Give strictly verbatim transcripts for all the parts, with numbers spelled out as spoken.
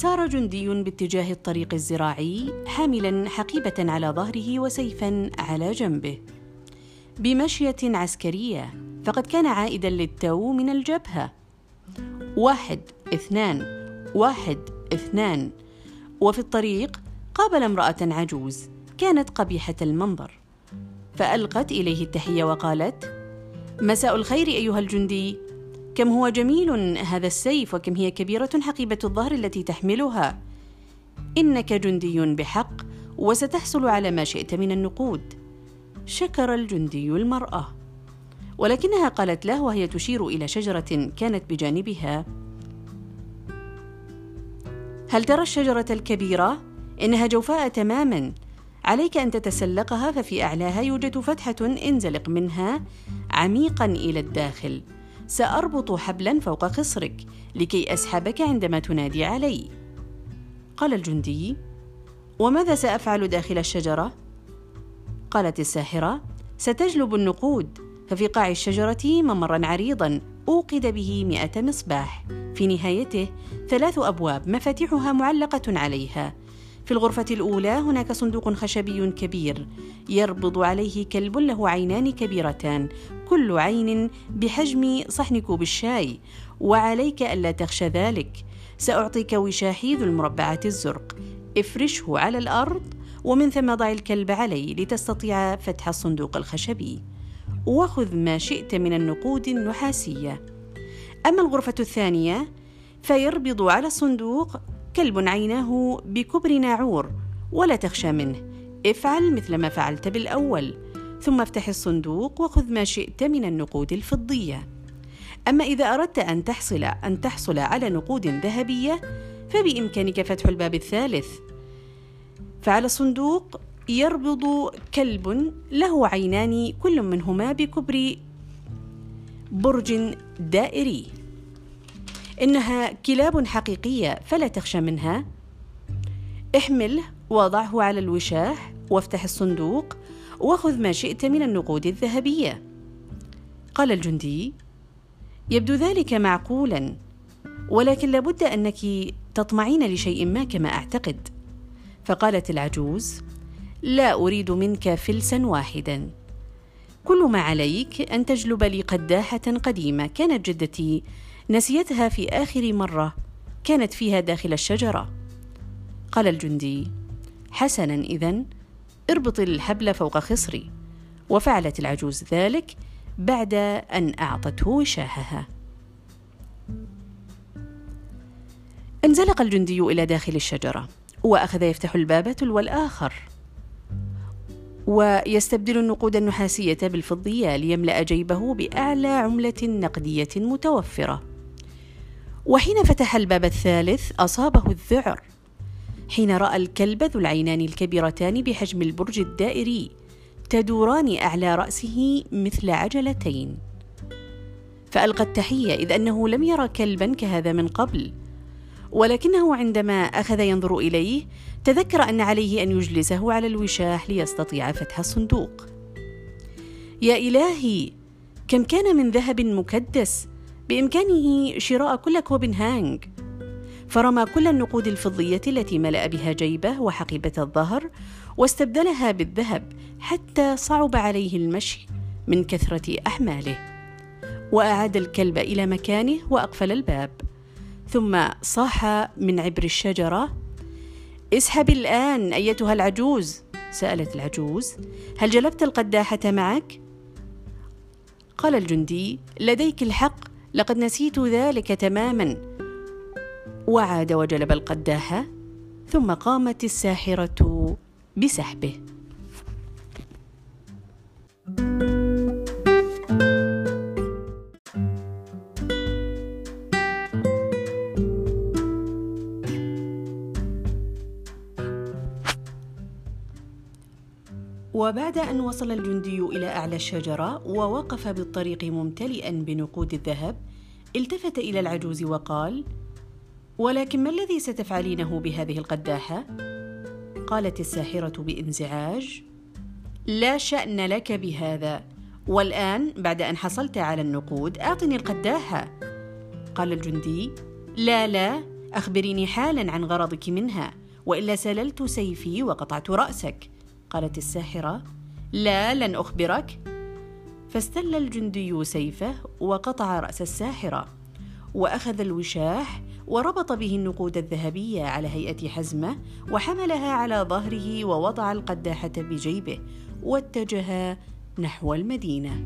سار جندي باتجاه الطريق الزراعي حاملا حقيبة على ظهره وسيفا على جنبه بمشية عسكرية، فقد كان عائدا للتو من الجبهة. واحد اثنان واحد اثنان. وفي الطريق قابل امرأة عجوز كانت قبيحة المنظر، فألقت إليه التحية وقالت: مساء الخير أيها الجندي، كم هو جميل هذا السيف، وكم هي كبيرة حقيبة الظهر التي تحملها. إنك جندي بحق، وستحصل على ما شئت من النقود. شكر الجندي المرأة، ولكنها قالت له وهي تشير إلى شجرة كانت بجانبها: هل ترى الشجرة الكبيرة؟ إنها جوفاء تماماً، عليك أن تتسلقها، ففي أعلاها يوجد فتحة انزلق منها عميقاً إلى الداخل. سأربط حبلاً فوق خصرك لكي أسحبك عندما تنادي علي. قال الجندي: وماذا سأفعل داخل الشجرة؟ قالت الساحرة: ستجلب النقود، ففي قاع الشجرة ممراً عريضاً أوقد به مئة مصباح، في نهايته ثلاث أبواب مفاتيحها معلقة عليها. في الغرفة الأولى هناك صندوق خشبي كبير يربض عليه كلب له عينان كبيرتان، كل عين بحجم صحن كوب الشاي، وعليك ألا تخشى ذلك. سأعطيك وشاحي ذو المربعات الزرق، افرشه على الأرض، ومن ثم ضع الكلب عليه لتستطيع فتح الصندوق الخشبي، وخذ ما شئت من النقود النحاسية. أما الغرفة الثانية فيربض على الصندوق كلب عيناه بكبر ناعور، ولا تخشى منه، افعل مثل ما فعلت بالأول، ثم افتح الصندوق وخذ ما شئت من النقود الفضية. أما إذا أردت أن تحصل أن تحصل على نقود ذهبية فبإمكانك فتح الباب الثالث، فعلى الصندوق يربض كلب له عينان كل منهما بكبر برج دائري. إنها كلاب حقيقية فلا تخشى منها. احمله وضعه على الوشاح وافتح الصندوق وخذ ما شئت من النقود الذهبية. قال الجندي: يبدو ذلك معقولا، ولكن لابد أنك تطمعين لشيء ما كما أعتقد. فقالت العجوز: لا أريد منك فلسا واحدا، كل ما عليك أن تجلب لي قداحة قديمة كانت جدتي نسيتها في آخر مرة كانت فيها داخل الشجرة. قال الجندي: حسنا، إذن اربط الحبل فوق خصري. وفعلت العجوز ذلك بعد أن أعطته وشاحها. انزلق الجندي إلى داخل الشجرة، وأخذ يفتح الباب تلو الآخر ويستبدل النقود النحاسية بالفضية ليملأ جيبه بأعلى عملة نقدية متوفرة. وحين فتح الباب الثالث أصابه الذعر حين رأى الكلب ذو العينان الكبيرتان بحجم البرج الدائري تدوران أعلى رأسه مثل عجلتين، فألقى التحية إذ أنه لم يرى كلبا كهذا من قبل، ولكنه عندما أخذ ينظر إليه تذكر أن عليه أن يجلسه على الوشاح ليستطيع فتح الصندوق. يا إلهي، كم كان من ذهب مكدس، بإمكانه شراء كل كوبنهاغ. فرمى كل النقود الفضية التي ملأ بها جيبه وحقيبة الظهر واستبدلها بالذهب حتى صعب عليه المشي من كثرة أحماله، وأعاد الكلب إلى مكانه وأقفل الباب، ثم صاح من عبر الشجرة: اسحبي الآن أيتها العجوز. سألت العجوز: هل جلبت القداحة معك؟ قال الجندي: لديك الحق، لقد نسيت ذلك تماما. وعاد وجلب القداحة، ثم قامت الساحرة بسحبه. وبعد أن وصل الجندي إلى أعلى الشجرة ووقف بالطريق ممتلئا بنقود الذهب، التفت إلى العجوز وقال: ولكن ما الذي ستفعلينه بهذه القداحة؟ قالت الساحرة بانزعاج: لا شأن لك بهذا، والآن بعد أن حصلت على النقود أعطني القداحة. قال الجندي: لا لا، أخبريني حالا عن غرضك منها، وإلا سللت سيفي وقطعت رأسك. قالت الساحرة: لا، لن أخبرك. فاستل الجندي سيفه وقطع رأس الساحرة، وأخذ الوشاح وربط به النقود الذهبية على هيئة حزمة، وحملها على ظهره ووضع القداحة بجيبه، واتجه نحو المدينة.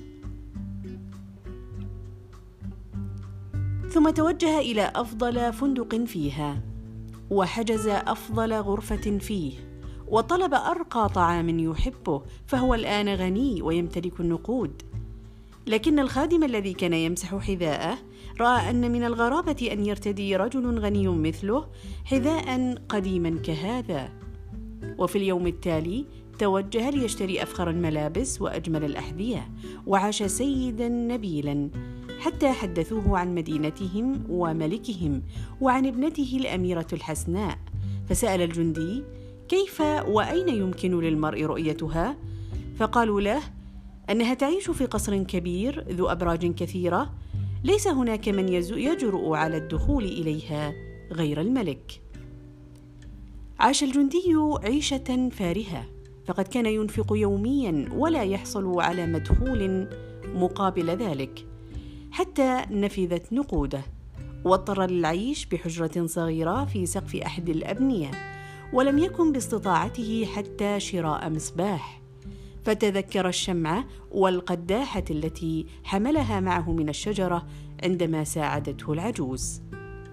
ثم توجه إلى أفضل فندق فيها، وحجز أفضل غرفة فيه، وطلب أرقى طعام يحبه، فهو الآن غني ويمتلك النقود. لكن الخادم الذي كان يمسح حذاءه رأى أن من الغرابة أن يرتدي رجل غني مثله حذاء قديما كهذا. وفي اليوم التالي توجه ليشتري أفخر الملابس وأجمل الأحذية، وعاش سيدا نبيلا حتى حدثوه عن مدينتهم وملكهم وعن ابنته الأميرة الحسناء. فسأل الجندي: كيف وأين يمكن للمرء رؤيتها؟ فقالوا له أنها تعيش في قصر كبير ذو أبراج كثيرة، ليس هناك من يجرؤ على الدخول إليها غير الملك. عاش الجندي عيشة فارهة، فقد كان ينفق يوميا ولا يحصل على مدخول مقابل ذلك، حتى نفذت نقوده، واضطر للعيش بحجرة صغيرة في سقف أحد الأبنية، ولم يكن باستطاعته حتى شراء مصباح. فتذكر الشمعة والقداحة التي حملها معه من الشجرة عندما ساعدته العجوز.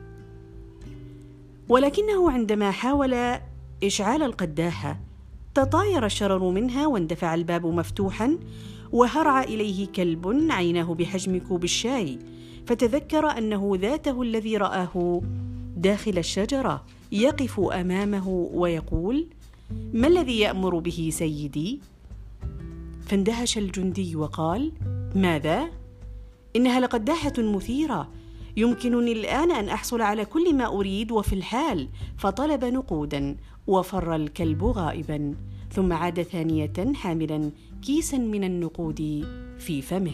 ولكنه عندما حاول إشعال القداحة تطاير الشرر منها، واندفع الباب مفتوحا، وهرع إليه كلب عيناه بحجم كوب الشاي، فتذكر أنه ذاته الذي رآه داخل الشجرة يقف أمامه ويقول: ما الذي يأمر به سيدي؟ فاندهش الجندي وقال: ماذا؟ إنها لقداحة مثيرة، يمكنني الآن أن أحصل على كل ما أريد وفي الحال. فطلب نقودا، وفر الكلب غائبا، ثم عاد ثانية حاملا كيسا من النقود في فمه.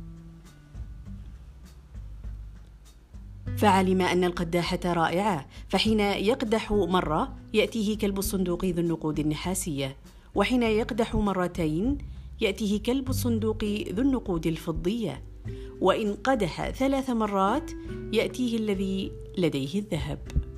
فعلم أن القداحة رائعة، فحين يقدح مرة يأتيه كلب الصندوق ذو النقود النحاسية، وحين يقدح مرتين يأتيه كلب الصندوق ذو النقود الفضية، وإن قدح ثلاث مرات يأتيه الذي لديه الذهب.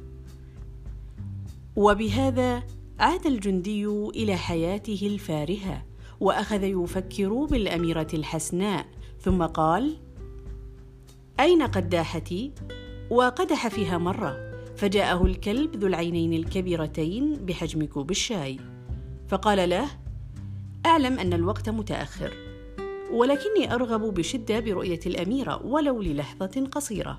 وبهذا عاد الجندي إلى حياته الفارهة، وأخذ يفكر بالأميرة الحسناء، ثم قال: أين قداحتي؟ وقدح فيها مرة، فجاءه الكلب ذو العينين الكبيرتين بحجم كوب الشاي، فقال له: أعلم أن الوقت متأخر، ولكني أرغب بشدة برؤية الأميرة ولو للحظة قصيرة.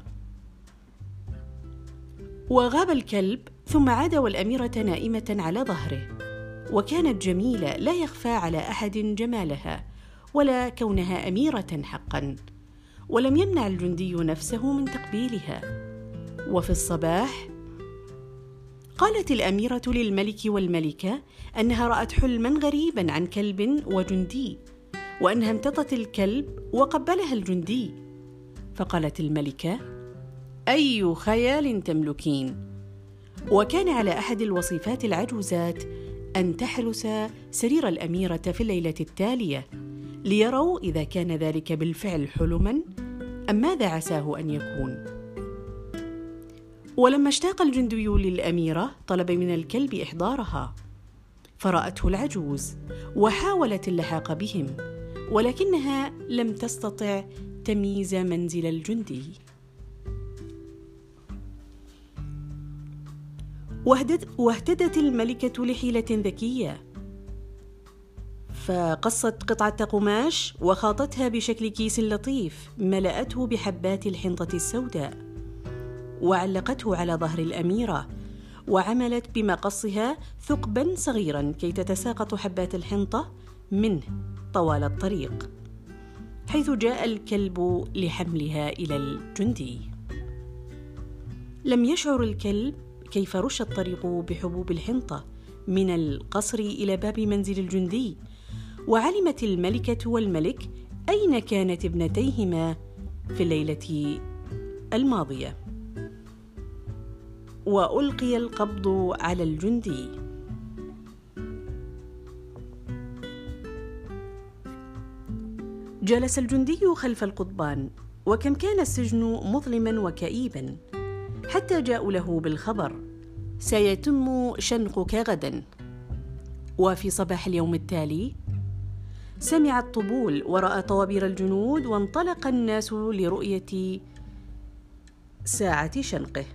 وغاب الكلب، ثم عاد والأميرة نائمة على ظهره، وكانت جميلة لا يخفى على أحد جمالها ولا كونها أميرة حقا، ولم يمنع الجندي نفسه من تقبيلها. وفي الصباح قالت الأميرة للملك والملكة أنها رأت حلما غريبا عن كلب وجندي، وأنها امتطت الكلب وقبلها الجندي. فقالت الملكة: أي خيال تملكين؟ وكان على أحد الوصيفات العجوزات أن تحرس سرير الأميرة في الليلة التالية ليروا إذا كان ذلك بالفعل حلما أم ماذا عساه أن يكون. ولما اشتاق الجندي للأميرة طلب من الكلب إحضارها، فرأته العجوز وحاولت اللحاق بهم، ولكنها لم تستطع تمييز منزل الجندي. واهتدت الملكة لحيلة ذكية، فقصت قطعة قماش وخاطتها بشكل كيس لطيف ملأته بحبات الحنطة السوداء، وعلقته على ظهر الأميرة، وعملت بمقصها ثقبا صغيرا كي تتساقط حبات الحنطة منه طوال الطريق، حيث جاء الكلب لحملها إلى الجندي. لم يشعر الكلب كيف رش الطريق بحبوب الحنطة من القصر إلى باب منزل الجندي، وعلمت الملكة والملك أين كانت ابنتيهما في الليلة الماضية. وألقي القبض على الجندي. جلس الجندي خلف القضبان، وكم كان السجن مظلما وكئيبا، حتى جاءوا له بالخبر: سيتم شنقك غدا. وفي صباح اليوم التالي سمع الطبول ورأى طوابير الجنود، وانطلق الناس لرؤية ساعة شنقه.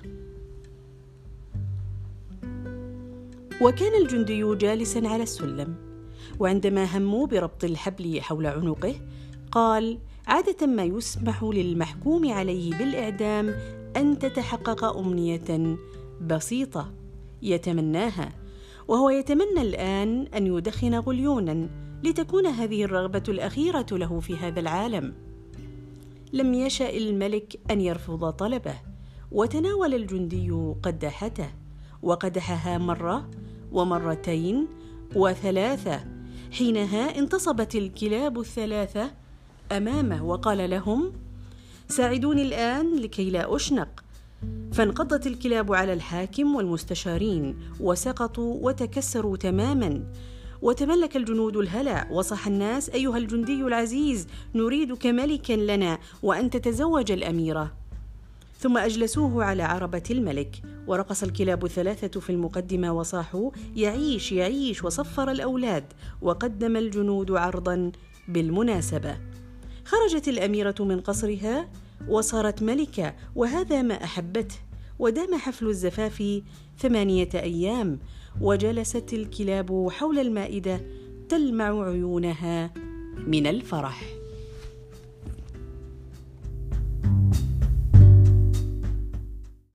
وكان الجندي جالسا على السلم، وعندما هموا بربط الحبل حول عنقه قال: عادة ما يسمح للمحكوم عليه بالإعدام أن تتحقق أمنية بسيطة يتمناها، وهو يتمنى الآن أن يدخن غليونا لتكون هذه الرغبة الأخيرة له في هذا العالم. لم يشأ الملك أن يرفض طلبه، وتناول الجندي قداحته، وقدحها مرة ومرتين وثلاثة. حينها انتصبت الكلاب الثلاثة أمامه وقال لهم: ساعدوني الآن لكي لا أشنق. فانقضت الكلاب على الحاكم والمستشارين، وسقطوا وتكسروا تماما. وتملك الجنود الهلع، وصح الناس: أيها الجندي العزيز، نريدك ملكا لنا، وأن تتزوج الأميرة. ثم أجلسوه على عربة الملك، ورقص الكلاب الثلاثة في المقدمة وصاحوا: يعيش يعيش، وصفر الأولاد، وقدم الجنود عرضا بالمناسبة. خرجت الأميرة من قصرها وصارت ملكة، وهذا ما أحبته. ودام حفل الزفاف ثمانية أيام، وجلست الكلاب حول المائدة تلمع عيونها من الفرح.